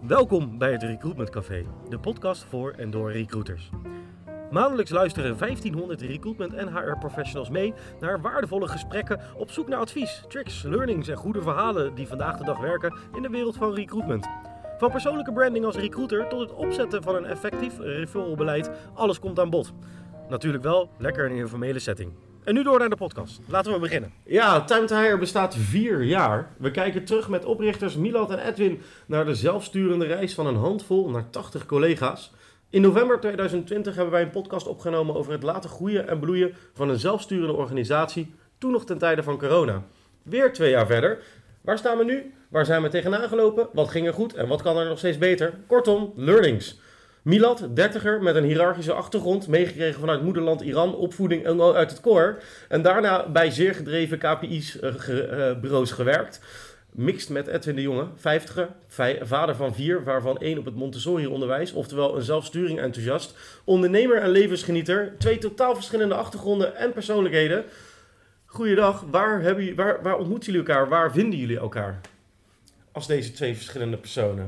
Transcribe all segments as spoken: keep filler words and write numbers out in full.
Welkom bij het Recruitment Café, de podcast voor en door recruiters. Maandelijks luisteren vijftienhonderd recruitment en H R-professionals mee naar waardevolle gesprekken op zoek naar advies, tricks, learnings en goede verhalen die vandaag de dag werken in de wereld van recruitment. Van persoonlijke branding als recruiter tot het opzetten van een effectief referralbeleid, alles komt aan bod. Natuurlijk wel lekker in een informele setting. En nu door naar de podcast. Laten we beginnen. Ja, Time to Hire bestaat vier jaar. We kijken terug met oprichters Milad en Edwin naar de zelfsturende reis van een handvol naar tachtig collega's. In november tweeduizend twintig hebben wij een podcast opgenomen over het laten groeien en bloeien van een zelfsturende organisatie, toen nog ten tijde van corona. Weer twee jaar verder. Waar staan we nu? Waar zijn we tegenaan gelopen? Wat ging er goed en wat kan er nog steeds beter? Kortom, learnings. Milad, dertiger met een hiërarchische achtergrond, meegekregen vanuit moederland Iran, opvoeding en uit het koor. En daarna bij zeer gedreven K P I-bureaus gewerkt. Mixed met Edwin de Jonge, vijftiger, vader van vier, waarvan één op het Montessori-onderwijs, oftewel een zelfsturing-enthousiast, ondernemer en levensgenieter, twee totaal verschillende achtergronden en persoonlijkheden. Goeiedag, waar, hebben jullie, waar, waar ontmoeten jullie elkaar, waar vinden jullie elkaar als deze twee verschillende personen?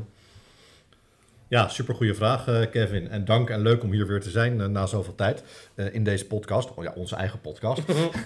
Ja, supergoeie vraag uh, Kevin. En dank en leuk om hier weer te zijn uh, na zoveel tijd uh, in deze podcast. Oh ja, onze eigen podcast.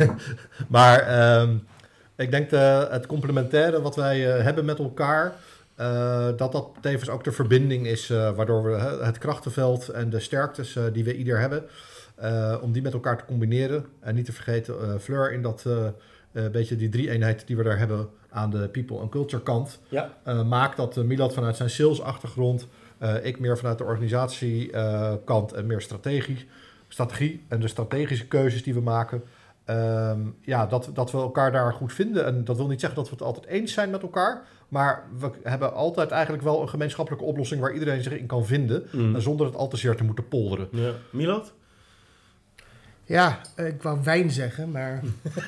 maar um, ik denk de, het complementaire wat wij uh, hebben met elkaar, uh, dat dat tevens ook de verbinding is uh, waardoor we uh, het krachtenveld en de sterktes uh, die we ieder hebben, uh, om die met elkaar te combineren. En niet te vergeten uh, Fleur in dat uh, uh, beetje die drie-eenheid die we daar hebben aan de people en culture kant. Ja. Uh, maakt dat uh, Milad vanuit zijn sales achtergrond, Uh, ik meer vanuit de organisatiekant uh, en meer strategie, strategie en de strategische keuzes die we maken. Um, ja, dat, dat we elkaar daar goed vinden. En dat wil niet zeggen dat we het altijd eens zijn met elkaar. Maar we hebben altijd eigenlijk wel een gemeenschappelijke oplossing waar iedereen zich in kan vinden. Mm. Zonder het al te zeer te moeten polderen. Ja. Milad? Ja, ik wou wijn zeggen, maar...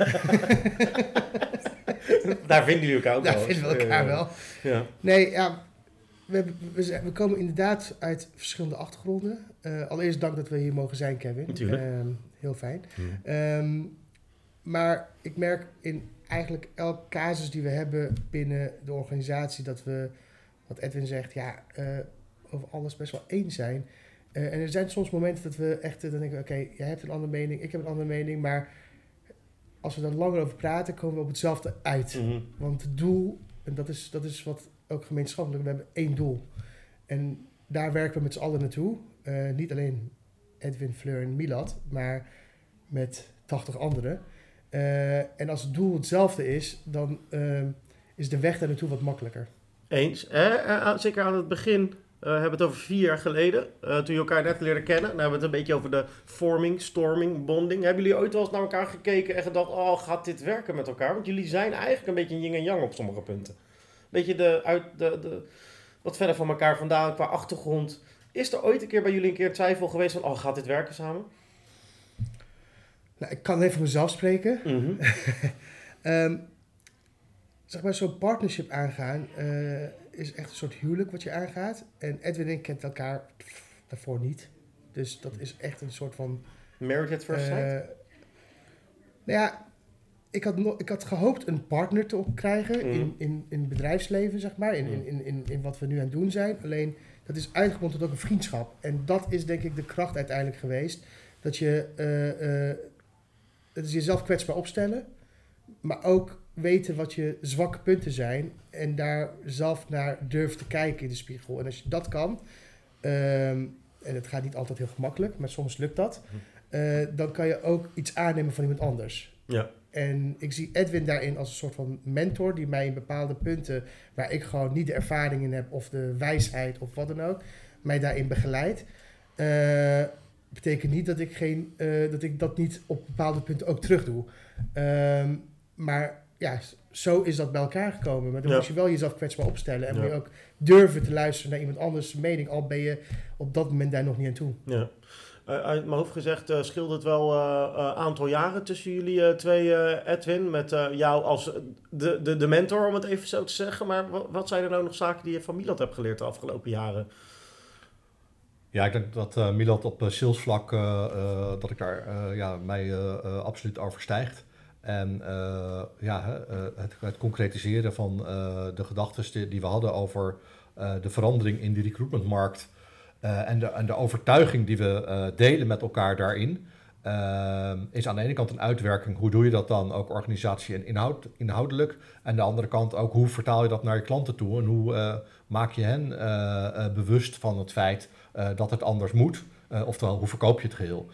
Daar vinden jullie elkaar ook Daar wel. Daar vinden we elkaar ja. wel. Ja. Nee, ja... We, we, we komen inderdaad uit verschillende achtergronden. Uh, allereerst dank dat we hier mogen zijn, Kevin. Natuurlijk. Uh, heel fijn. Hmm. Um, maar ik merk in eigenlijk elke casus die we hebben binnen de organisatie, dat we, wat Edwin zegt, ja, uh, over alles best wel eens zijn. Uh, en er zijn soms momenten dat we echt, uh, dan denken we, oké, okay, jij hebt een andere mening, ik heb een andere mening, maar als we er langer over praten, komen we op hetzelfde uit. Mm-hmm. Want het doel, en dat is, dat is wat ook gemeenschappelijk, we hebben één doel. En daar werken we met z'n allen naartoe. Uh, niet alleen Edwin, Fleur en Milad, maar met tachtig anderen. Uh, en als het doel hetzelfde is, dan uh, is de weg daar naartoe wat makkelijker. Eens. Eh, zeker aan het begin uh, hebben we het over vier jaar geleden, uh, toen je elkaar net leerde kennen. Dan hebben we het een beetje over de forming, storming, bonding. Hebben jullie ooit wel eens naar elkaar gekeken en gedacht, oh, gaat dit werken met elkaar? Want jullie zijn eigenlijk een beetje yin en yang op sommige punten. Beetje de, uit de, de, wat verder van elkaar vandaan qua achtergrond. Is er ooit een keer bij jullie een keer twijfel geweest van, oh, gaat dit werken samen? Nou, ik kan even voor mezelf spreken. Mm-hmm. um, zeg maar, zo'n partnership aangaan uh, is echt een soort huwelijk wat je aangaat. En Edwin en ik kent elkaar daarvoor niet. Dus dat is echt een soort van... Married at first sight? Uh, nou ja... Ik had, no- ik had gehoopt een partner te krijgen mm. in, in, in het bedrijfsleven, zeg maar. In, in, in, in, in wat we nu aan het doen zijn. Alleen, dat is uitgebond tot ook een vriendschap. En dat is denk ik de kracht uiteindelijk geweest. Dat je uh, uh, dat is jezelf kwetsbaar opstellen. Maar ook weten wat je zwakke punten zijn. En daar zelf naar durven te kijken in de spiegel. En als je dat kan, um, en het gaat niet altijd heel gemakkelijk, maar soms lukt dat. Uh, dan kan je ook iets aannemen van iemand anders. Ja. En ik zie Edwin daarin als een soort van mentor die mij in bepaalde punten waar ik gewoon niet de ervaring in heb of de wijsheid of wat dan ook, mij daarin begeleidt. Uh, betekent niet dat ik, geen, uh, dat ik dat niet op bepaalde punten ook terug doe. Um, maar ja, zo is dat bij elkaar gekomen. Maar dan ja. moet je wel jezelf kwetsbaar opstellen en ja. moet je ook durven te luisteren naar iemand anders mening, al ben je op dat moment daar nog niet aan toe. Ja. Uh, uit mijn hoofd gezegd uh, scheelt het wel een uh, uh, aantal jaren tussen jullie uh, twee, uh, Edwin. Met uh, jou als de, de, de mentor, om het even zo te zeggen. Maar w- wat zijn er nou nog zaken die je van Milad hebt geleerd de afgelopen jaren? Ja, ik denk dat uh, Milad op uh, salesvlak, uh, uh, dat ik daar uh, ja, mij uh, uh, absoluut overstijgt. En uh, ja, uh, het, het concretiseren van uh, de gedachten die, die we hadden over uh, de verandering in die recruitmentmarkt uh, en, de, en de overtuiging die we uh, delen met elkaar daarin, uh, is aan de ene kant een uitwerking. Hoe doe je dat dan ook organisatie en inhoud, inhoudelijk? En aan de andere kant ook hoe vertaal je dat naar je klanten toe en hoe uh, maak je hen uh, uh, bewust van het feit uh, dat het anders moet? Uh, oftewel, hoe verkoop je het geheel?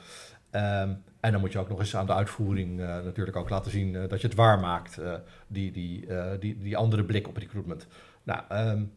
Um, en dan moet je ook nog eens aan de uitvoering uh, natuurlijk ook laten zien uh, dat je het waarmaakt, uh, die, die, uh, die, die andere blik op recruitment. Nou, um,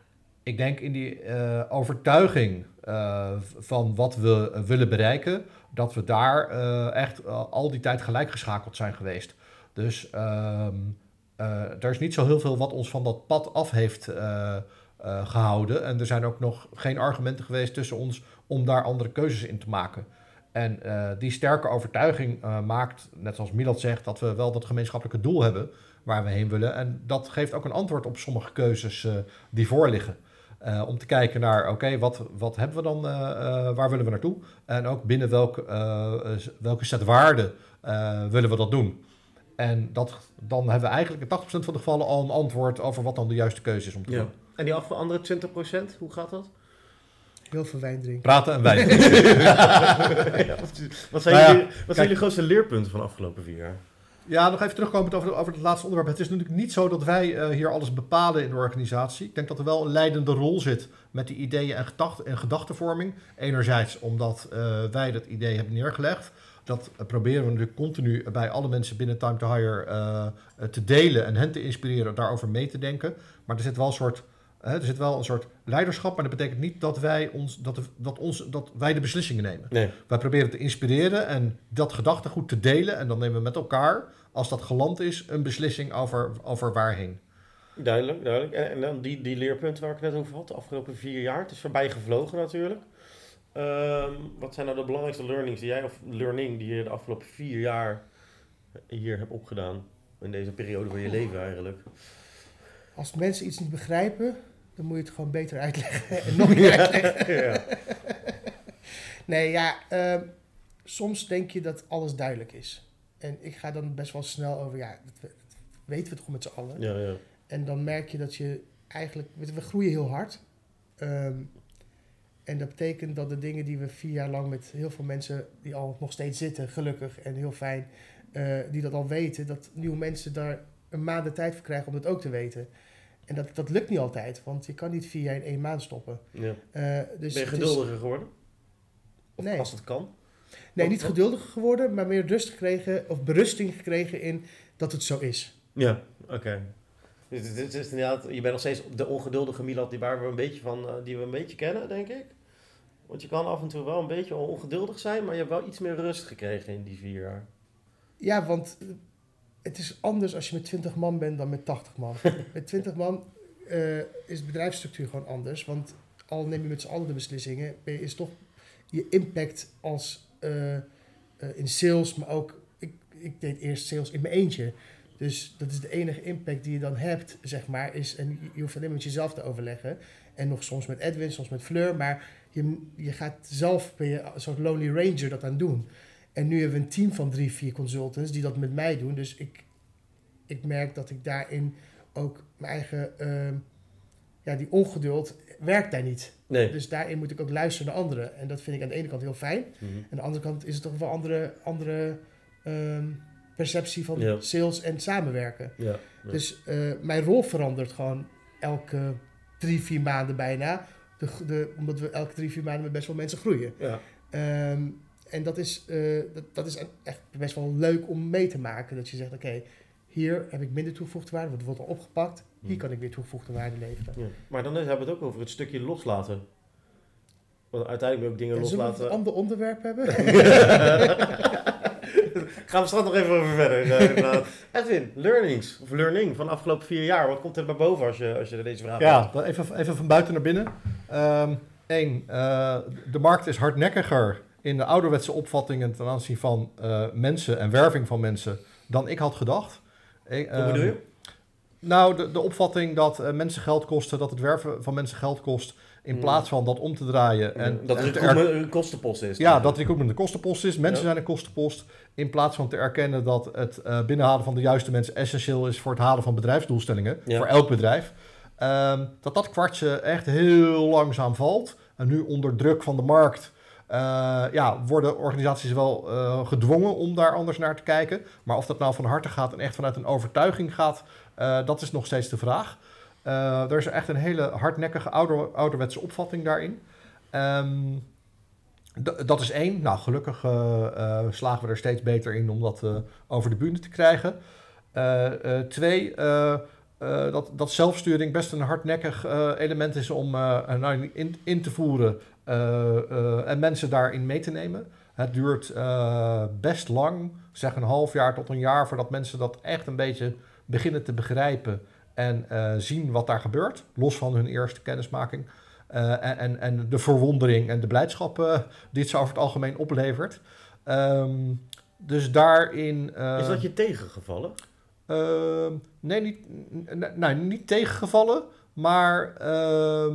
ik denk in die uh, overtuiging uh, van wat we uh, willen bereiken, dat we daar uh, echt uh, al die tijd gelijk geschakeld zijn geweest. Dus um, uh, er is niet zo heel veel wat ons van dat pad af heeft uh, uh, gehouden. En er zijn ook nog geen argumenten geweest tussen ons om daar andere keuzes in te maken. En uh, die sterke overtuiging uh, maakt, net zoals Milad zegt, dat we wel dat gemeenschappelijke doel hebben waar we heen willen. En dat geeft ook een antwoord op sommige keuzes uh, die voorliggen. Uh, om te kijken naar, oké, okay, wat, wat hebben we dan, uh, uh, waar willen we naartoe? En ook binnen welke, uh, welke set waarden uh, willen we dat doen? En dat, dan hebben we eigenlijk in tachtig procent van de gevallen al een antwoord over wat dan de juiste keuze is om te ja. doen. En die andere twintig procent, hoe gaat dat? Heel veel wijn drinken. Praten en wijn drinken. ja, wat zijn, nou ja, jullie, wat zijn jullie grootste leerpunten van de afgelopen vier jaar? Ja, nog even terugkomen over, over het laatste onderwerp. Het is natuurlijk niet zo dat wij uh, hier alles bepalen in de organisatie. Ik denk dat er wel een leidende rol zit met die ideeën en, gedacht, en gedachtenvorming. Enerzijds omdat uh, wij dat idee hebben neergelegd. Dat uh, proberen we natuurlijk continu bij alle mensen binnen Time to Hire uh, uh, te delen en hen te inspireren daarover mee te denken. Maar er zit wel een soort... Uh, er zit wel een soort leiderschap, maar dat betekent niet dat wij, ons, dat de, dat ons, dat wij de beslissingen nemen. Nee. Wij proberen te inspireren en dat gedachtegoed te delen. En dan nemen we met elkaar, als dat geland is, een beslissing over, over waarheen. Duidelijk, duidelijk. En, en dan die, die leerpunten waar ik het net over had, de afgelopen vier jaar. Het is voorbij gevlogen natuurlijk. Um, wat zijn nou de belangrijkste learnings die jij, of learning die je de afgelopen vier jaar hier hebt opgedaan? In deze periode van je leven eigenlijk. Als mensen iets niet begrijpen, dan moet je het gewoon beter uitleggen en nog meer uitleggen. Ja. Nee, ja, uh, soms denk je dat alles duidelijk is. En ik ga dan best wel snel over, ja, dat, dat weten we toch met z'n allen. Ja, ja. En dan merk je dat je eigenlijk, we groeien heel hard. Um, en dat betekent dat de dingen die we vier jaar lang met heel veel mensen die al nog steeds zitten, gelukkig en heel fijn, uh, die dat al weten, dat nieuwe mensen daar een maand de tijd voor krijgen om dat ook te weten. En dat, dat lukt niet altijd, want je kan niet vier jaar in één maand stoppen. Ja. Uh, dus ben je geduldiger is... geworden? Of nee. als het kan? Nee, niet geduldiger geworden, maar meer rust gekregen, of berusting gekregen in dat het zo is. Ja, oké. Okay. Dus het is, het is inderdaad, je bent nog steeds de ongeduldige Milad die, waar we een beetje van, uh, die we een beetje kennen, denk ik. Want je kan af en toe wel een beetje ongeduldig zijn, maar je hebt wel iets meer rust gekregen in die vier jaar. Ja, want het is anders als je met twintig man bent dan met tachtig man. Met twintig man uh, is de bedrijfsstructuur gewoon anders. Want al neem je met z'n allen de beslissingen, is toch je impact als uh, uh, in sales, maar ook, ik, ik deed eerst sales in mijn eentje. Dus dat is de enige impact die je dan hebt, zeg maar, is, en je hoeft alleen maar met jezelf te overleggen. En nog soms met Edwin, soms met Fleur, maar je, je gaat zelf, ben je een soort lonely ranger dat aan doen. En nu hebben we een team van drie, vier consultants die dat met mij doen. Dus ik, ik merk dat ik daarin ook mijn eigen, uh, ja, die ongeduld werkt daar niet. Nee. Dus daarin moet ik ook luisteren naar anderen. En dat vind ik aan de ene kant heel fijn. Mm-hmm. En aan de andere kant is het toch wel andere, andere um, perceptie van ja. sales en samenwerken. Ja, ja. Dus uh, mijn rol verandert gewoon elke drie, vier maanden bijna. De, de, omdat we elke drie, vier maanden met best wel mensen groeien. Ja. Um, en dat is, uh, dat, dat is echt best wel leuk om mee te maken. Dat je zegt, oké, okay, hier heb ik minder toegevoegde waarde. Wordt al opgepakt. Hier kan ik weer toegevoegde waarde leveren. Ja. Maar dan hebben we het ook over het stukje loslaten. Want uiteindelijk wil ik dingen en loslaten. Zullen we een ander onderwerp hebben? Gaan we straks nog even over verder. Uh, Edwin, learnings of learning van de afgelopen vier jaar. Wat komt er naar boven als je, als je deze vraag Ja, hebt? dan even, even van buiten naar binnen. Um, Eén, uh, de markt is hardnekkiger in de ouderwetse opvattingen ten aanzien van uh, mensen en werving van mensen dan ik had gedacht. Ik, Hoe bedoel je? Nou, de, de opvatting dat uh, mensen geld kosten, dat het werven van mensen geld kost, in hmm. plaats van dat om te draaien. En, dat en het er, een kostenpost is. Ja, dat recruitment een kostenpost is. Mensen ja. zijn een kostenpost. In plaats van te erkennen dat het uh, binnenhalen van de juiste mensen essentieel is voor het halen van bedrijfsdoelstellingen. Ja. Voor elk bedrijf. Um, dat dat kwartje echt heel langzaam valt. En nu onder druk van de markt uh, ja, worden organisaties wel uh, gedwongen om daar anders naar te kijken. Maar of dat nou van harte gaat en echt vanuit een overtuiging gaat, uh, dat is nog steeds de vraag. Uh, er is echt een hele hardnekkige ouder, ouderwetse opvatting daarin. Um, d- dat is één. Nou, gelukkig uh, uh, slagen we er steeds beter in om dat uh, over de bühne te krijgen. Uh, uh, twee... Uh, Uh, dat, dat zelfsturing best een hardnekkig uh, element is om uh, nou, in, in te voeren uh, uh, en mensen daarin mee te nemen. Het duurt uh, best lang, zeg een half jaar tot een jaar, voordat mensen dat echt een beetje beginnen te begrijpen en uh, zien wat daar gebeurt, los van hun eerste kennismaking. Uh, en, en, en de verwondering en de blijdschap uh, die het zo over het algemeen oplevert. Um, dus daarin... Uh, is dat je tegengevallen? Uh, nee, niet, n- nou, niet tegengevallen, maar uh,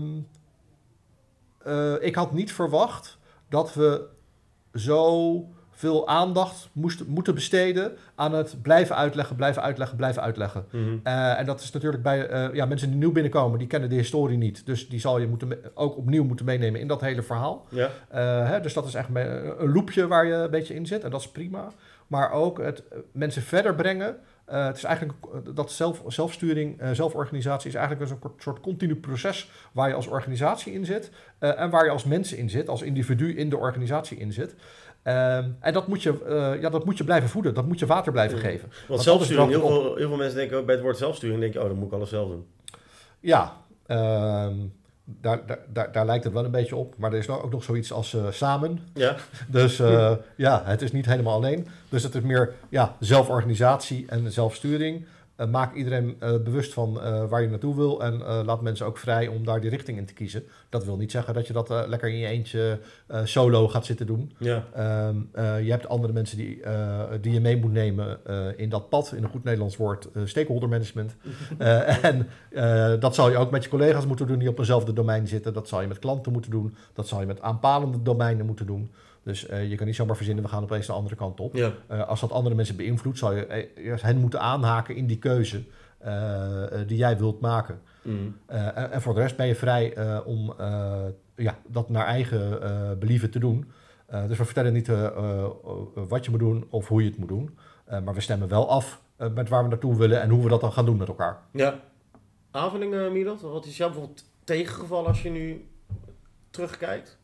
uh, ik had niet verwacht dat we zo veel aandacht moesten, moeten besteden aan het blijven uitleggen, blijven uitleggen, blijven uitleggen. Mm-hmm. Uh, en dat is natuurlijk bij uh, ja, mensen die nieuw binnenkomen, die kennen de historie niet. Dus die zal je moeten me- ook opnieuw moeten meenemen in dat hele verhaal. Ja. Uh, hè, dus dat is echt een, een loopje waar je een beetje in zit en dat is prima. Maar ook het uh, mensen verder brengen. Uh, het is eigenlijk dat zelf, zelfsturing, uh, zelforganisatie is eigenlijk een soort, soort continu proces waar je als organisatie in zit uh, en waar je als mensen in zit, als individu in de organisatie in zit. Uh, en dat moet, je, uh, ja, dat moet je blijven voeden, dat moet je water blijven ja. geven. Want, Want zelfsturing, heel veel, heel veel mensen denken ook bij het woord zelfsturing, denk je, oh, dan moet ik alles zelf doen. Ja, uh, Daar, daar, daar, daar lijkt het wel een beetje op. Maar er is ook nog zoiets als uh, samen. Ja. Dus uh, ja, het is niet helemaal alleen. Dus het is meer ja, zelforganisatie en zelfsturing. Uh, maak iedereen uh, bewust van uh, waar je naartoe wil. En uh, laat mensen ook vrij om daar die richting in te kiezen. Dat wil niet zeggen dat je dat uh, lekker in je eentje uh, solo gaat zitten doen. Ja. Um, uh, je hebt andere mensen die, uh, die je mee moet nemen uh, in dat pad. In een goed Nederlands woord, uh, stakeholder management. uh, en uh, dat zal je ook met je collega's moeten doen die op eenzelfde domein zitten. Dat zal je met klanten moeten doen. Dat zal je met aanpalende domeinen moeten doen. Dus uh, je kan niet zomaar verzinnen, we gaan opeens de andere kant op. Ja. Uh, als dat andere mensen beïnvloedt, zal je uh, hen moeten aanhaken in die keuze uh, uh, die jij wilt maken. Mm. Uh, en, en voor de rest ben je vrij uh, om uh, ja, dat naar eigen uh, believen te doen. Uh, dus we vertellen niet uh, uh, wat je moet doen of hoe je het moet doen. Uh, maar we stemmen wel af uh, met waar we naartoe willen en hoe we dat dan gaan doen met elkaar. Ja. Aanvullingen, Milat? Wat is jou bijvoorbeeld tegengevallen als je nu terugkijkt?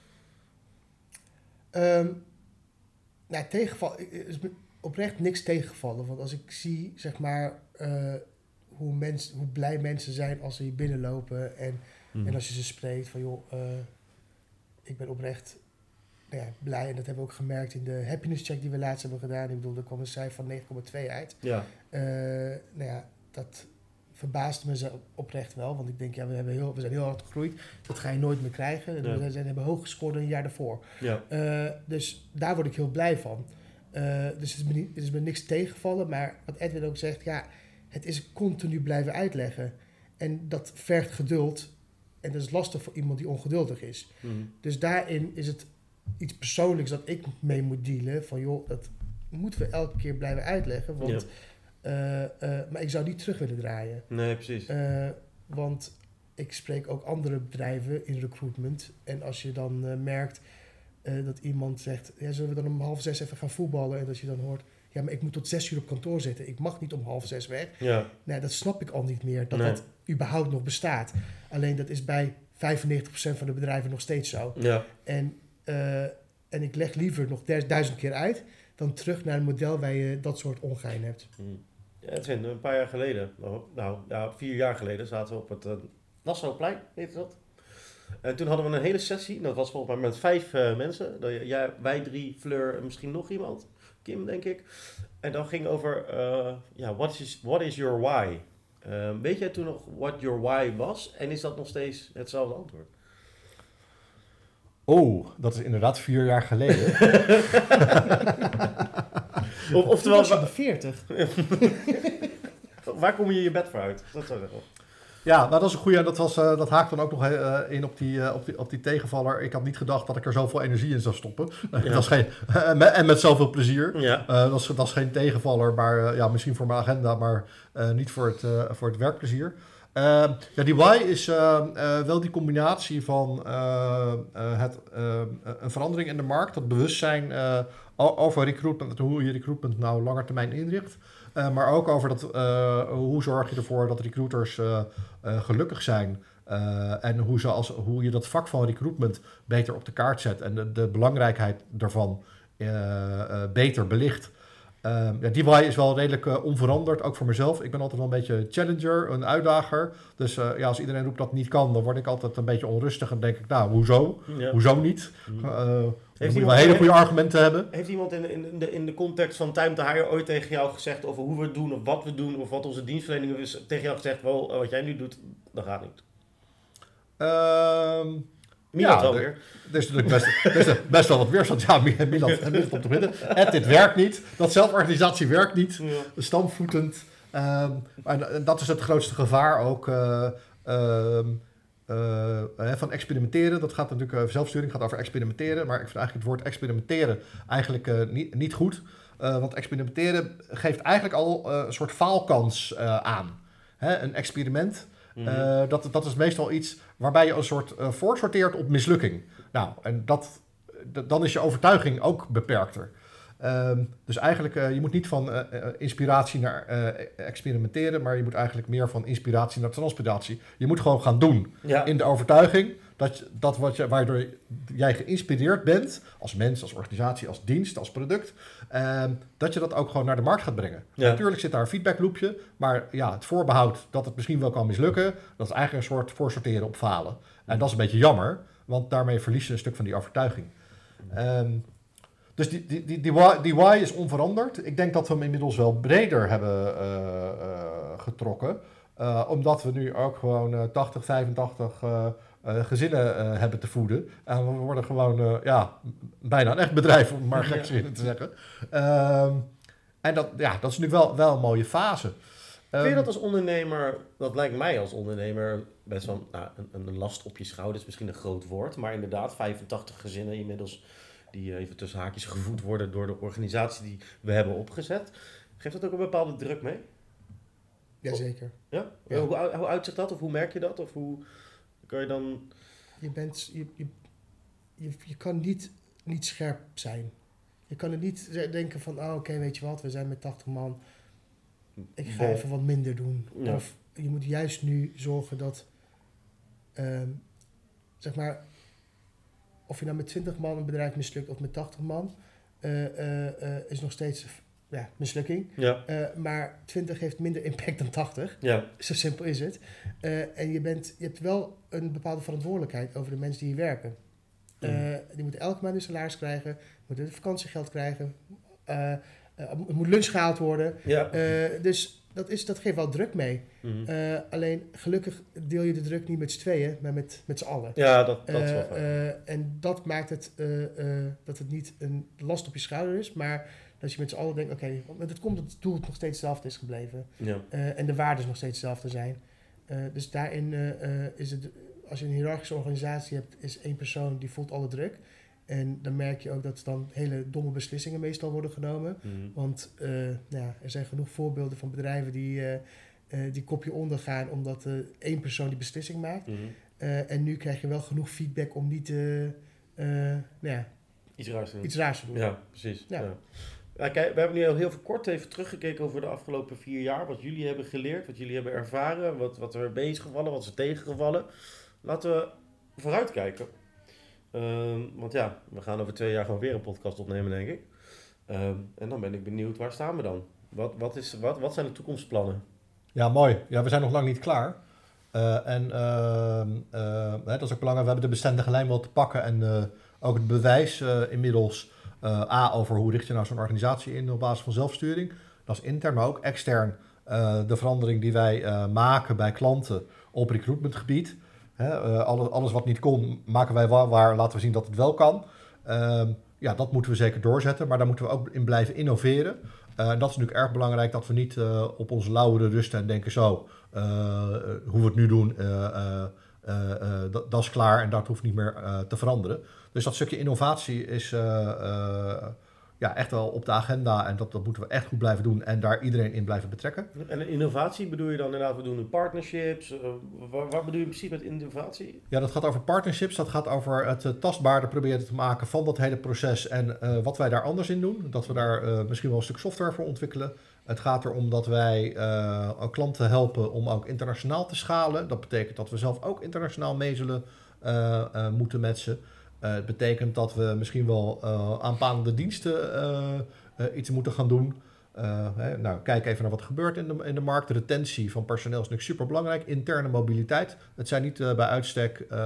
Um, nou, tegenval, is me oprecht niks tegengevallen. Want als ik zie, zeg maar, uh, hoe, mens, hoe blij mensen zijn als ze hier binnenlopen. En, hmm. en als je ze spreekt van, joh, uh, ik ben oprecht nou ja, blij. En dat hebben we ook gemerkt in de happiness check die we laatst hebben gedaan. Ik bedoel, er kwam een cijfer van negen komma twee uit. Ja. Uh, nou ja, dat verbaasde me oprecht wel. Want ik denk, ja, we, hebben heel, we zijn heel hard gegroeid. Dat ga je nooit meer krijgen. Ja. We zijn, hebben hoog gescoord een jaar daarvoor. Ja. Uh, dus daar word ik heel blij van. Uh, dus het is, me niet, het is me niks tegengevallen. Maar wat Edwin ook zegt, ja, het is continu blijven uitleggen. En dat vergt geduld. En dat is lastig voor iemand die ongeduldig is. Mm. Dus daarin is het iets persoonlijks dat ik mee moet dealen. Van joh, dat moeten we elke keer blijven uitleggen. Want... Ja. Uh, uh, maar ik zou niet terug willen draaien. Nee, precies. Uh, want ik spreek ook andere bedrijven in recruitment. En als je dan uh, merkt uh, dat iemand zegt... Ja, zullen we dan om half zes even gaan voetballen? En dat je dan hoort... Ja, maar ik moet tot zes uur op kantoor zitten. Ik mag niet om half zes weg. Ja. Nou, dat snap ik al niet meer. Dat nee. dat überhaupt nog bestaat. Alleen dat is bij vijfennegentig procent van de bedrijven nog steeds zo. Ja. En, uh, en ik leg liever nog duizend keer uit... dan terug naar een model waar je dat soort ongein hebt. Hmm. Ja, het zijn een paar jaar geleden, nou ja, vier jaar geleden zaten we op het uh, Nassauplein, heet dat. En toen hadden we een hele sessie, dat was volgens mij met vijf uh, mensen. Ja, wij drie, Fleur en misschien nog iemand, Kim denk ik. En dan ging over, uh, ja, what is, what is your why? Uh, weet jij toen nog what your why was? En is dat nog steeds hetzelfde antwoord? Oh, dat is inderdaad vier jaar geleden. of, oftewel, was je de veertig. Waar kom je je bed voor uit? Dat zou ik wel. Ja, nou, dat is een goede. Dat, was, uh, dat haakt dan ook nog uh, in op die, uh, op, die, op die tegenvaller. Ik had niet gedacht dat ik er zoveel energie in zou stoppen. Ja. dat is geen, uh, met, en met zoveel plezier. Ja. Uh, dat, is, dat is geen tegenvaller, maar uh, ja, misschien voor mijn agenda, maar uh, niet voor het, uh, voor het werkplezier. Uh, ja, die why is uh, uh, wel die combinatie van uh, uh, het, uh, een verandering in de markt, dat bewustzijn uh, over recruitment, hoe je recruitment nou langer termijn inricht. Uh, maar ook over dat, uh, hoe zorg je ervoor dat recruiters uh, uh, gelukkig zijn. Uh, en hoe, ze als, hoe je dat vak van recruitment beter op de kaart zet en de, de belangrijkheid daarvan uh, uh, beter belicht. Uh, ja, die why is wel redelijk uh, onveranderd, ook voor mezelf. Ik ben altijd wel een beetje challenger, een uitdager. Dus uh, ja, als iedereen roept dat het niet kan, dan word ik altijd een beetje onrustig en denk ik, nou, hoezo? Ja. Hoezo niet? Uh, dan moet je wel hele goede argumenten hebben. Heeft iemand in, in, de, in de context van Time to Hire ooit tegen jou gezegd over hoe we het doen, of wat we doen, of wat onze dienstverlening is, tegen jou gezegd, wel, wat jij nu doet, dat gaat niet? Uh, Milan ja, weer. Er is natuurlijk best, er is best wel wat weerstand. Ja, Milan op te beginnen. Het, dit werkt niet. Dat zelforganisatie werkt niet. Ja. Stampvoetend. Um, en dat is het grootste gevaar ook uh, uh, uh, van experimenteren. Dat gaat natuurlijk, uh, zelfsturing gaat over experimenteren. Maar ik vind eigenlijk het woord experimenteren eigenlijk uh, niet, niet goed. Uh, want experimenteren geeft eigenlijk al uh, een soort faalkans uh, aan. Hè, een experiment... Uh, dat, dat is meestal iets waarbij je een soort uh, voorsorteert op mislukking. Nou, en dat, d- dan is je overtuiging ook beperkter. Um, dus eigenlijk, uh, je moet niet van uh, uh, inspiratie naar uh, experimenteren, maar je moet eigenlijk meer van inspiratie naar transpiratie. Je moet gewoon gaan doen ja. in de overtuiging dat, dat wat je, waardoor jij geïnspireerd bent, als mens, als organisatie, als dienst, als product, um, dat je dat ook gewoon naar de markt gaat brengen. Ja. Natuurlijk zit daar een feedbackloopje, maar ja, het voorbehoud dat het misschien wel kan mislukken, dat is eigenlijk een soort voorsorteren op falen. En dat is een beetje jammer, want daarmee verlies je een stuk van die overtuiging. Um, Dus die, die, die, die, why, die why is onveranderd. Ik denk dat we hem inmiddels wel breder hebben uh, uh, getrokken. Uh, omdat we nu ook gewoon uh, tachtig, vijfentachtig uh, uh, gezinnen uh, hebben te voeden. En we worden gewoon uh, ja, bijna een echt bedrijf, om het maar gekszinnen te zeggen. Uh, en dat, ja, dat is nu wel, wel een mooie fase. Vind je dat als ondernemer, dat lijkt mij als ondernemer best wel nou, een, een last op je schouders, misschien een groot woord. Maar inderdaad, vijfentachtig gezinnen inmiddels die even tussen haakjes gevoed worden door de organisatie die we hebben opgezet. Geeft dat ook een bepaalde druk mee? Jazeker. Ja? Ja. Hoe, hoe uitzicht dat? Of hoe merk je dat? Of hoe kan je dan... Je bent... Je, je, je, je kan niet, niet scherp zijn. Je kan er niet denken van, oh, oké, okay, weet je wat, we zijn met tachtig man. Ik ga Bol. even wat minder doen. Ja. Of je moet juist nu zorgen dat, um, zeg maar, of je nou met twintig man een bedrijf mislukt of met tachtig man, uh, uh, uh, is nog steeds ja, mislukking. Ja. Uh, maar twintig heeft minder impact dan tachtig. Ja. Zo simpel is het. Uh, en je, bent, je hebt wel een bepaalde verantwoordelijkheid over de mensen die hier werken. Uh, mm. Die moeten elke maand een salaris krijgen, moeten vakantiegeld krijgen, uh, uh, het moet lunch gehaald worden. Ja. Uh, dus dat, is, dat geeft wel druk mee. Mm-hmm. Uh, alleen gelukkig deel je de druk niet met z'n tweeën, maar met, met z'n allen. Ja, dat, dat uh, is wel fijn. Uh, en dat maakt het uh, uh, dat het niet een last op je schouder is, maar dat je met z'n allen denkt, oké, okay, want het komt dat het doel nog steeds hetzelfde is gebleven. Ja. Uh, en de waarden nog steeds hetzelfde zijn. Uh, dus daarin uh, uh, is het, als je een hiërarchische organisatie hebt, is één persoon die voelt alle druk. En dan merk je ook dat dan hele domme beslissingen meestal worden genomen. Mm-hmm. Want uh, nou ja, er zijn genoeg voorbeelden van bedrijven die, uh, uh, die kopje ondergaan omdat uh, één persoon die beslissing maakt. Mm-hmm. Uh, en nu krijg je wel genoeg feedback om niet uh, uh, nou ja, iets, raars te doen. iets raars te doen. Ja, precies. Ja. Ja. Ja, kijk, we hebben nu al heel veel kort even teruggekeken over de afgelopen vier jaar. Wat jullie hebben geleerd, wat jullie hebben ervaren, wat, wat er is gevallen, wat is er tegengevallen. Laten we vooruitkijken. Um, want ja, we gaan over twee jaar gewoon weer een podcast opnemen, denk ik. Um, en dan ben ik benieuwd, waar staan we dan? Wat, wat, is, wat, wat zijn de toekomstplannen? Ja, mooi. Ja, we zijn nog lang niet klaar. Uh, en uh, uh, dat is ook belangrijk. We hebben de bestendige lijn wel te pakken. En uh, ook het bewijs uh, inmiddels uh, A, over hoe richt je nou zo'n organisatie in op basis van zelfsturing. Dat is intern, maar ook extern. Uh, de verandering die wij uh, maken bij klanten op recruitmentgebied. He, uh, alles, alles wat niet kon, maken wij waar, waar, laten we zien dat het wel kan. Uh, ja, dat moeten we zeker doorzetten, maar daar moeten we ook in blijven innoveren. Uh, en dat is natuurlijk erg belangrijk, dat we niet uh, op onze lauweren rusten en denken zo, uh, hoe we het nu doen, uh, uh, uh, uh, dat, dat is klaar en dat hoeft niet meer uh, te veranderen. Dus dat stukje innovatie is, uh, uh, ja, echt wel op de agenda. En dat, dat moeten we echt goed blijven doen. En daar iedereen in blijven betrekken. En innovatie bedoel je dan inderdaad, we doen nu partnerships. Uh, waar, waar bedoel je precies met innovatie? Ja, dat gaat over partnerships. Dat gaat over het uh, tastbaarder proberen te maken van dat hele proces. En uh, wat wij daar anders in doen. Dat we daar uh, misschien wel een stuk software voor ontwikkelen. Het gaat erom dat wij uh, klanten helpen om ook internationaal te schalen. Dat betekent dat we zelf ook internationaal mee zullen uh, uh, moeten met ze. Uh, het betekent dat we misschien wel uh, aanpalende diensten uh, uh, iets moeten gaan doen. Uh, hè, nou, kijk even naar wat er gebeurt in de, in de markt. De retentie van personeel is natuurlijk super belangrijk. Interne mobiliteit. Het zijn niet uh, bij uitstek uh,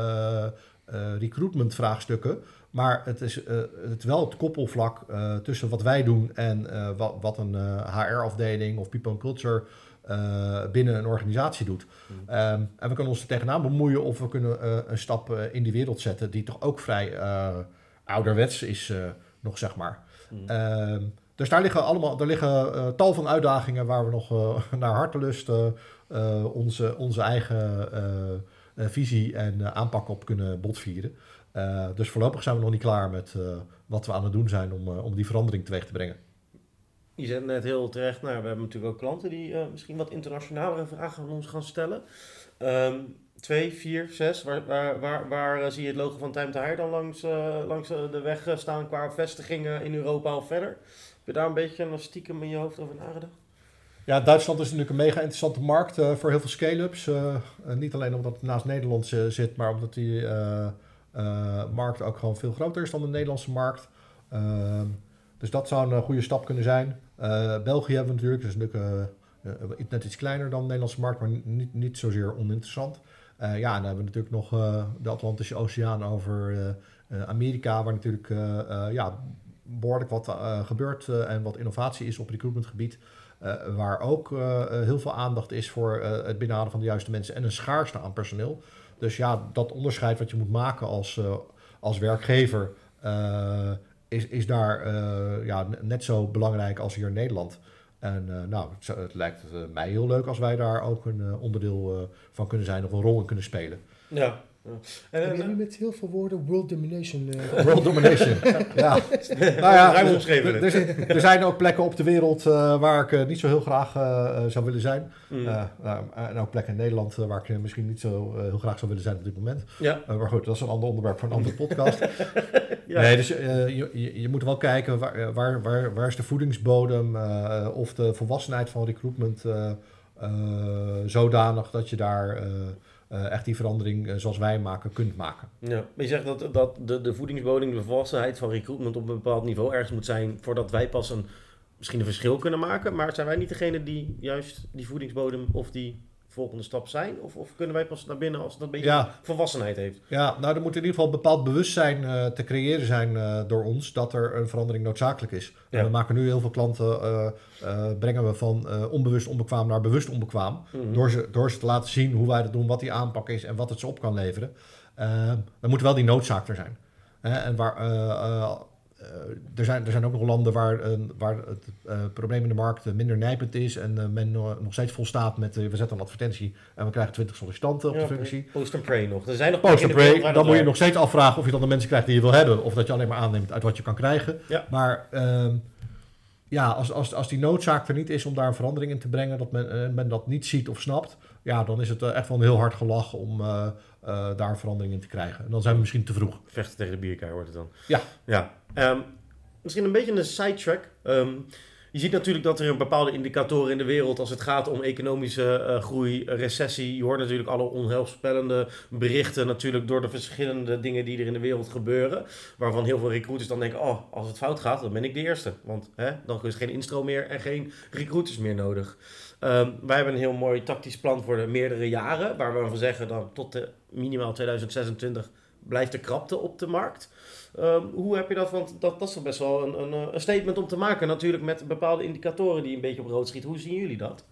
uh, recruitment vraagstukken. Maar het is uh, het wel het koppelvlak uh, tussen wat wij doen en uh, wat, wat een uh, H R-afdeling of People and Culture uh, binnen een organisatie doet. Mm. Um, en we kunnen ons er tegenaan bemoeien of we kunnen uh, een stap uh, in die wereld zetten die toch ook vrij uh, ouderwets is uh, nog, zeg maar. Mm. Um, dus daar liggen allemaal, daar liggen uh, tal van uitdagingen waar we nog uh, naar hartelust uh, uh, onze, onze eigen uh, uh, visie en uh, aanpak op kunnen botvieren. Uh, dus voorlopig zijn we nog niet klaar met uh, wat we aan het doen zijn om, uh, om die verandering teweeg te brengen. Je zegt net heel terecht, nou, we hebben natuurlijk ook klanten die uh, misschien wat internationalere vragen aan ons gaan stellen. Um, twee, vier, zes, waar, waar, waar, waar uh, zie je het logo van Time to Hire dan langs, uh, langs uh, de weg uh, staan qua vestigingen in Europa of verder? Heb je daar een beetje een stiekem in je hoofd over nagedacht? Ja, Duitsland is natuurlijk een mega interessante markt uh, voor heel veel scale-ups. Uh, uh, niet alleen omdat het naast Nederland uh, zit, maar omdat die uh, uh, markt ook gewoon veel groter is dan de Nederlandse markt. Uh, dus dat zou een goede stap kunnen zijn. Uh, België hebben we natuurlijk, dat is natuurlijk uh, uh, net iets kleiner dan de Nederlandse markt, maar niet, niet zozeer oninteressant. Uh, ja, en dan hebben we natuurlijk nog uh, de Atlantische Oceaan over uh, uh, Amerika, waar natuurlijk uh, uh, ja, behoorlijk wat uh, gebeurt uh, en wat innovatie is op recruitmentgebied. Uh, waar ook uh, heel veel aandacht is voor uh, het binnenhalen van de juiste mensen en een schaarste aan personeel. Dus ja, dat onderscheid wat je moet maken als, uh, als werkgever uh, is, is daar uh, ja, net zo belangrijk als hier in Nederland. En uh, nou, het, het lijkt uh, mij heel leuk als wij daar ook een uh, onderdeel uh, van kunnen zijn of een rol in kunnen spelen. Ja. Ja. En, Heb je nu met heel veel woorden world domination? Uh... World domination, ja. Nou ja, ruim omschreven. Er, er, er zijn ook plekken op de wereld uh, waar ik uh, niet zo heel graag uh, zou willen zijn. Mm. Uh, uh, en ook plekken in Nederland uh, waar ik uh, misschien niet zo uh, heel graag zou willen zijn op dit moment. Ja. Uh, maar goed, dat is een ander onderwerp voor een andere podcast. Ja. Nee, dus uh, je, je, je moet wel kijken waar, waar, waar, waar is de voedingsbodem uh, of de volwassenheid van recruitment uh, uh, zodanig dat je daar... Uh, Uh, echt die verandering uh, zoals wij maken, kunt maken. Ja, maar je zegt dat, dat de, de voedingsbodem, de volwassenheid van recruitment op een bepaald niveau ergens moet zijn voordat wij pas een, misschien een verschil kunnen maken. Maar zijn wij niet degene die juist die voedingsbodem of die volgende stap zijn? Of, of kunnen wij pas naar binnen als dat een beetje ja. volwassenheid heeft? Ja, nou er moet in ieder geval een bepaald bewustzijn uh, te creëren zijn uh, door ons dat er een verandering noodzakelijk is. Ja. En we maken nu heel veel klanten, uh, uh, brengen we van uh, onbewust onbekwaam naar bewust onbekwaam. Mm-hmm. Door, ze, door ze te laten zien hoe wij dat doen, wat die aanpak is en wat het ze op kan leveren. Uh, dan moet wel die noodzaak er zijn. Uh, en waar... Uh, uh, Uh, er, zijn, er zijn ook nog landen waar, uh, waar het uh, probleem in de markt uh, minder nijpend is en uh, men uh, nog steeds volstaat met uh, we zetten een advertentie en we krijgen twintig sollicitanten op ja, de functie. Post and pray nog. Er zijn nog Post and pray, dan moet je nog steeds afvragen of je dan de mensen krijgt die je wil hebben of dat je alleen maar aanneemt uit wat je kan krijgen. Ja. Maar uh, ja, als, als, als die noodzaak er niet is om daar een verandering in te brengen, dat men, uh, men dat niet ziet of snapt, ja, dan is het uh, echt wel een heel hard gelach om uh, uh, daar een verandering in te krijgen. En dan zijn we misschien te vroeg. Vechten tegen de bierkaai wordt het dan. Ja. Ja. Um, misschien een beetje een sidetrack. Um, je ziet natuurlijk dat er een bepaalde indicatoren in de wereld als het gaat om economische uh, groei, recessie. Je hoort natuurlijk alle onheilspellende berichten natuurlijk door de verschillende dingen die er in de wereld gebeuren. Waarvan heel veel recruiters dan denken, oh, als het fout gaat, dan ben ik de eerste. Want hè, dan is er geen instroom meer en geen recruiters meer nodig. Um, wij hebben een heel mooi tactisch plan voor de meerdere jaren. Waar we van zeggen, dan tot de minimaal tweeduizend zesentwintig blijft de krapte op de markt. Um, hoe heb je dat? Want dat, dat is toch best wel een, een, een statement om te maken. Natuurlijk met bepaalde indicatoren die een beetje op rood schieten. Hoe zien jullie dat?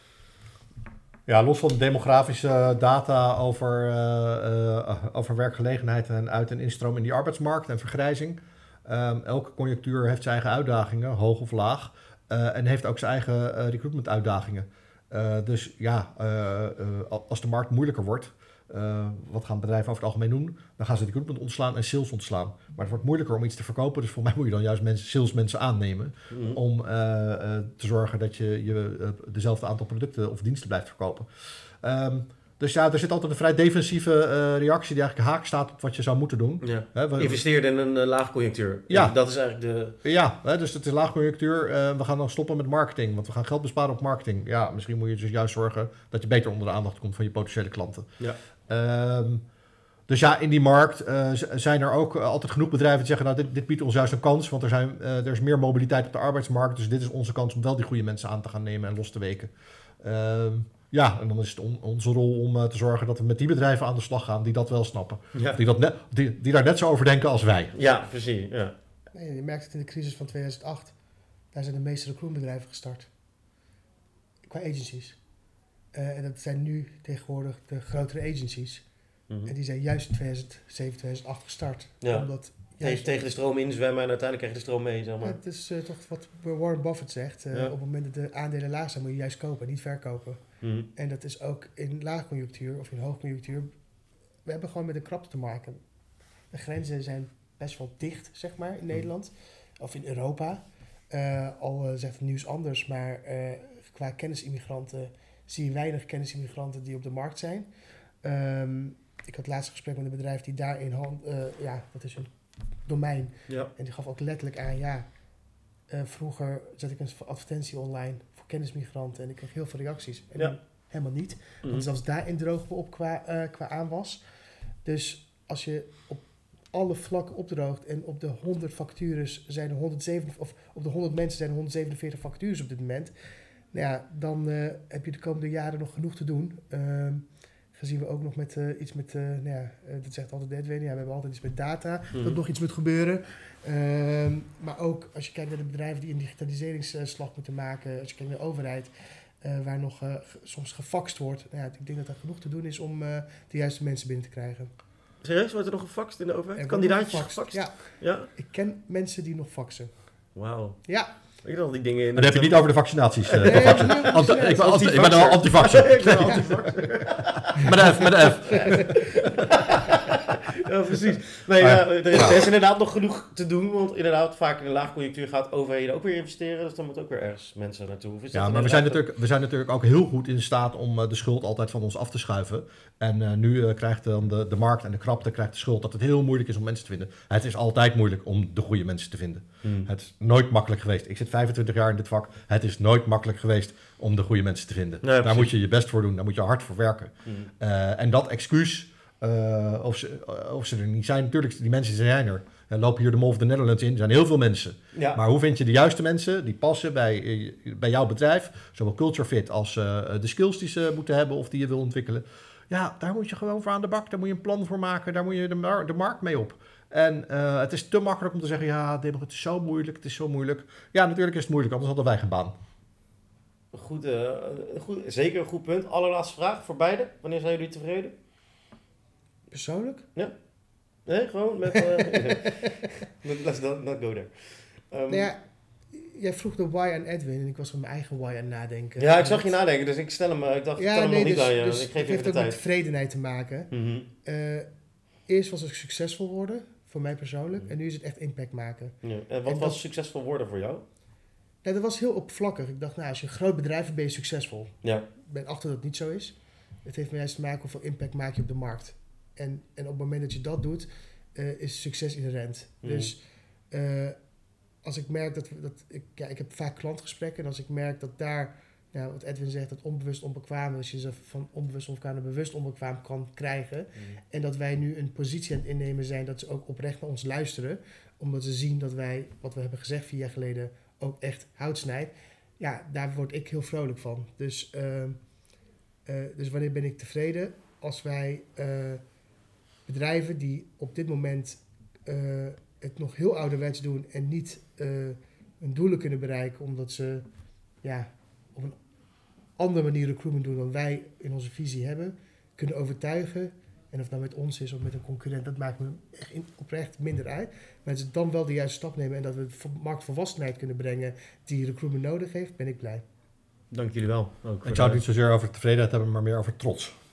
Ja, los van de demografische data over, uh, uh, over werkgelegenheid en uit- en instroom in die arbeidsmarkt en vergrijzing. Um, elke conjunctuur heeft zijn eigen uitdagingen, hoog of laag. Uh, en heeft ook zijn eigen uh, recruitment uitdagingen. Uh, dus ja, uh, uh, als de markt moeilijker wordt, Uh, wat gaan bedrijven over het algemeen doen? Dan gaan ze recruitment ontslaan en sales ontslaan. Maar het wordt moeilijker om iets te verkopen. Dus voor mij moet je dan juist mensen, salesmensen aannemen. Mm. Om uh, uh, te zorgen dat je, je uh, dezelfde aantal producten of diensten blijft verkopen. Um, dus ja, er zit altijd een vrij defensieve uh, reactie die eigenlijk haak staat op wat je zou moeten doen. Ja. He, we, Investeer in een uh, laagconjunctuur. Ja. Dat is eigenlijk de... Ja, hè, dus het is laagconjunctuur. Uh, we gaan dan stoppen met marketing, want we gaan geld besparen op marketing. Ja, misschien moet je dus juist zorgen dat je beter onder de aandacht komt van je potentiële klanten. Ja. Um, dus ja, in die markt uh, zijn er ook uh, altijd genoeg bedrijven die zeggen, nou, dit, dit biedt ons juist een kans, want er, zijn, uh, er is meer mobiliteit op de arbeidsmarkt, dus dit is onze kans om wel die goede mensen aan te gaan nemen en los te weken. Um, ja, en dan is het on, onze rol om uh, te zorgen dat we met die bedrijven aan de slag gaan die dat wel snappen. Ja. Die, dat net, die, die daar net zo over denken als wij. Ja, precies. Ja. Nee, je merkt het in de crisis van tweeduizend acht. Daar zijn de meeste recruitmentbedrijven gestart. Qua agencies. Uh, en dat zijn nu tegenwoordig de grotere agencies. Mm-hmm. En die zijn juist in tweeduizend zeven, tweeduizend acht gestart. Ja. Omdat juist tegen de stroom inzwemmen en uiteindelijk krijg je de stroom mee. Zeg maar. Ja, het is uh, toch wat Warren Buffett zegt. Uh, ja. Op het moment dat de aandelen laag zijn, moet je juist kopen, niet verkopen. Mm-hmm. En dat is ook in laagconjunctuur of in hoogconjunctuur. We hebben gewoon met een krapte te maken. De grenzen zijn best wel dicht, zeg maar, in mm-hmm. Nederland. Of in Europa. Uh, al uh, zegt het nieuws anders, maar uh, qua kennisimmigranten zie je weinig kennisimmigranten die op de markt zijn. Um, ik had laatst een gesprek met een bedrijf die daar in hand, uh, ja, dat is een domein. Ja. En die gaf ook letterlijk aan, ja, uh, vroeger zet ik een advertentie online voor kennismigranten en ik kreeg heel veel reacties. En ja. helemaal niet. Mm-hmm. Want zelfs daarin drogen we op qua, uh, qua aanwas. Dus als je op alle vlakken opdroogt en op de honderd vacatures zijn er honderdzeven, of op de honderd mensen zijn er honderdzevenenveertig vacatures op dit moment. Nou ja, dan uh, heb je de komende jaren nog genoeg te doen. Uh, gezien we ook nog met uh, iets met, uh, nou ja, uh, dat zegt altijd Edwin, ja, we hebben altijd iets met data, mm. dat nog iets moet gebeuren. Uh, maar ook als je kijkt naar de bedrijven die een digitaliseringsslag moeten maken, als je kijkt naar de overheid, uh, waar nog uh, g- soms gefaxt wordt. Nou ja, ik denk dat er genoeg te doen is om uh, de juiste mensen binnen te krijgen. Serieus? Wordt er nog gefaxt in de overheid? Kandidaatjes gefaxt? Ja. ja. Ik ken mensen die nog faxen. Wauw. Ja. Ik dacht die dingen in. Dan heb je het niet over de vaccinaties. Uh, nee, Anti- Anti- ik, ben anti- ik ben wel antivaxer. Ik ben antivaxer. Met de F, met de F. Ja, precies. Nee, ah, ja. er, is, er is inderdaad nog genoeg te doen, want inderdaad, vaak in de laagconjunctuur gaat overheden ook weer investeren, dus dan moet ook weer ergens mensen naartoe. Is ja, maar we zijn, natuurlijk, we zijn natuurlijk ook heel goed in staat om uh, de schuld altijd van ons af te schuiven. En uh, nu uh, krijgt dan de, de markt en de krapte krijgt de schuld dat het heel moeilijk is om mensen te vinden. Het is altijd moeilijk om de goede mensen te vinden. Hmm. Het is nooit makkelijk geweest. Ik zit vijfentwintig jaar in dit vak. Het is nooit makkelijk geweest om de goede mensen te vinden. Nee, daar moet je je best voor doen, daar moet je hard voor werken. Hmm. Uh, en dat excuus, uh, of, ze, uh, of ze er niet zijn, natuurlijk, die mensen zijn er. Er lopen hier de Mall of the Netherlands in, er zijn heel veel mensen. Ja. Maar hoe vind je de juiste mensen die passen bij, uh, bij jouw bedrijf, zowel culture fit als uh, de skills die ze moeten hebben of die je wil ontwikkelen. Ja, daar moet je gewoon voor aan de bak, daar moet je een plan voor maken, daar moet je de, mar- de markt mee op. En uh, het is te makkelijk om te zeggen, ja, het is zo moeilijk, het is zo moeilijk. Ja, natuurlijk is het moeilijk, anders hadden wij geen baan. Goed, uh, goed, zeker een goed punt. Allerlaatste vraag voor beide. Wanneer zijn jullie tevreden? Persoonlijk? Ja. Nee, gewoon met... Uh, let's not, not go there. Um, nou ja, jij vroeg de why aan Edwin en ik was van mijn eigen why aan het nadenken. Ja, ik zag je nadenken, dus ik stel hem, ik dacht, ik ja, stel hem nee, nog niet dus, aan je. Dus ik geef het je heeft de ook tijd. met tevredenheid te maken. Mm-hmm. Uh, eerst was het succesvol worden, voor mij persoonlijk, mm-hmm. en nu is het echt impact maken. Ja. En wat en was dat, succesvol worden voor jou? Nou, dat was heel oppervlakkig. Ik dacht, nou, als je een groot bedrijf bent, ben je succesvol. Ja. Ik ben achter dat het niet zo is. Het heeft me juist te maken hoeveel impact maak je op de markt. En, en op het moment dat je dat doet, uh, is succes inherent. Mm-hmm. Dus uh, als ik merk dat... dat ik, ja, ik heb vaak klantgesprekken en als ik merk dat daar... Ja, wat Edwin zegt, dat onbewust onbekwaam, dus je ze van onbewust onbekwaam naar bewust onbekwaam kan krijgen. Mm. En dat wij nu een positie aan het innemen zijn dat ze ook oprecht naar ons luisteren. Omdat ze zien dat wij, wat we hebben gezegd vier jaar geleden, ook echt hout snijdt. Ja, daar word ik heel vrolijk van. Dus, uh, uh, dus wanneer ben ik tevreden? Als wij uh, bedrijven die op dit moment uh, het nog heel ouderwets doen en niet uh, hun doelen kunnen bereiken, omdat ze ja, op een andere manier recruitment doen dan wij in onze visie hebben, kunnen overtuigen. En of het nou met ons is of met een concurrent, dat maakt me echt in, oprecht minder uit. Maar als ze dan wel de juiste stap nemen en dat we de marktvolwassenheid kunnen brengen die recruitment nodig heeft, ben ik blij. Dank jullie wel. Ook ik zou het niet zozeer over tevredenheid hebben, maar meer over trots.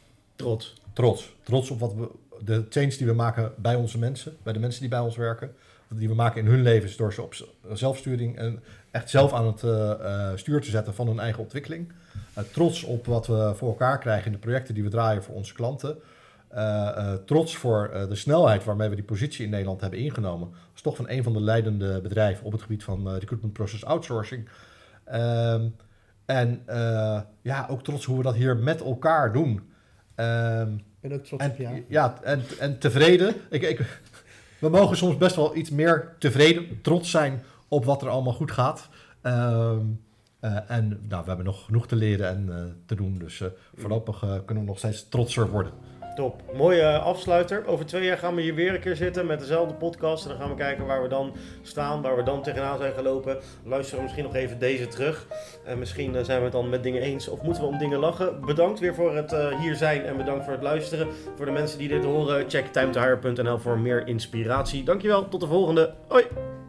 Trots. Trots. Trots op wat we, de change die we maken bij onze mensen, bij de mensen die bij ons werken. Die we maken in hun levens door ze op zelfsturing en echt zelf aan het uh, uh, stuur te zetten van hun eigen ontwikkeling. Uh, trots op wat we voor elkaar krijgen in de projecten die we draaien voor onze klanten. Uh, uh, trots voor uh, de snelheid waarmee we die positie in Nederland hebben ingenomen. Dat is toch van een van de leidende bedrijven op het gebied van uh, recruitment process outsourcing. Um, en uh, ja, ook trots hoe we dat hier met elkaar doen. Um, Ik ben ook trots en, op jou. Ja, en, en tevreden. Ik, ik, we mogen soms best wel iets meer tevreden, trots zijn op wat er allemaal goed gaat. Um, uh, en nou, we hebben nog genoeg te leren en uh, te doen. Dus uh, voorlopig uh, kunnen we nog steeds trotser worden. Top. Mooie uh, afsluiter. Over twee jaar gaan we hier weer een keer zitten met dezelfde podcast. En dan gaan we kijken waar we dan staan, waar we dan tegenaan zijn gelopen. Luisteren misschien nog even deze terug. En misschien uh, zijn we het dan met dingen eens of moeten we om dingen lachen. Bedankt weer voor het uh, hier zijn en bedankt voor het luisteren. Voor de mensen die dit horen, check time to hire punt n l voor meer inspiratie. Dankjewel, tot de volgende. Hoi!